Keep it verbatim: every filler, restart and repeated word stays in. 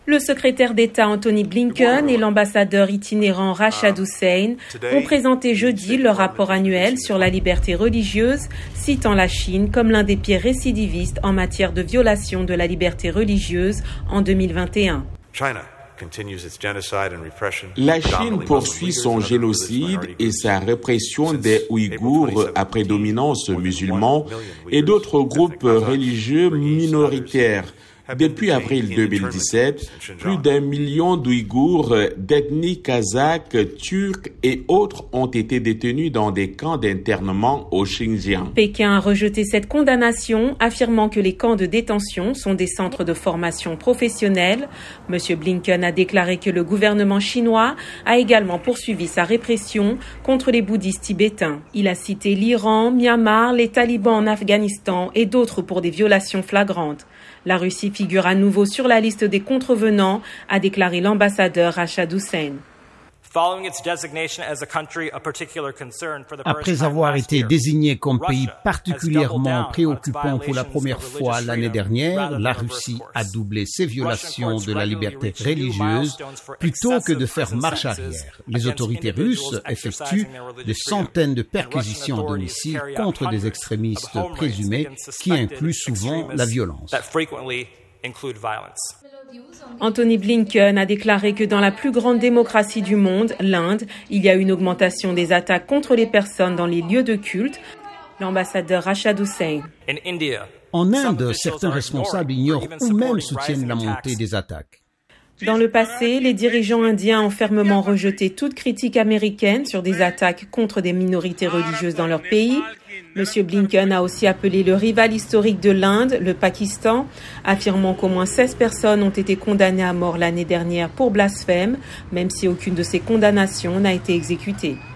Le secrétaire d'État Anthony Blinken et l'ambassadeur itinérant Rashad Hussain ont présenté jeudi leur rapport annuel sur la liberté religieuse, citant la Chine comme l'un des pires récidivistes en matière de violation de la liberté religieuse en deux mille vingt et un. La Chine poursuit son génocide et sa répression des Ouïghours à prédominance musulmane et d'autres groupes religieux minoritaires. Depuis avril deux mille dix-sept, plus d'un million d'Ouïghours d'ethnie kazakh, turque et autres ont été détenus dans des camps d'internement au Xinjiang. Pékin a rejeté cette condamnation, affirmant que les camps de détention sont des centres de formation professionnelle. Monsieur Blinken a déclaré que le gouvernement chinois a également poursuivi sa répression contre les bouddhistes tibétains. Il a cité l'Iran, Myanmar, les talibans en Afghanistan et d'autres pour des violations flagrantes. La Russie figure à nouveau sur la liste des contrevenants, a déclaré l'ambassadeur Rashad Hussain. Après avoir été désigné comme pays particulièrement préoccupant pour la première fois l'année dernière, la Russie a doublé ses violations de la liberté religieuse plutôt que de faire marche arrière. Les autorités russes effectuent des centaines de perquisitions à domicile contre des extrémistes présumés qui incluent souvent la violence. Anthony Blinken a déclaré que dans la plus grande démocratie du monde, l'Inde, il y a une augmentation des attaques contre les personnes dans les lieux de culte. L'ambassadeur Rashad Hussain. En Inde, certains responsables ignorent ou même soutiennent la montée des attaques. Dans le passé, les dirigeants indiens ont fermement rejeté toute critique américaine sur des attaques contre des minorités religieuses dans leur pays. Monsieur Blinken a aussi appelé le rival historique de l'Inde, le Pakistan, affirmant qu'au moins seize personnes ont été condamnées à mort l'année dernière pour blasphème, même si aucune de ces condamnations n'a été exécutée.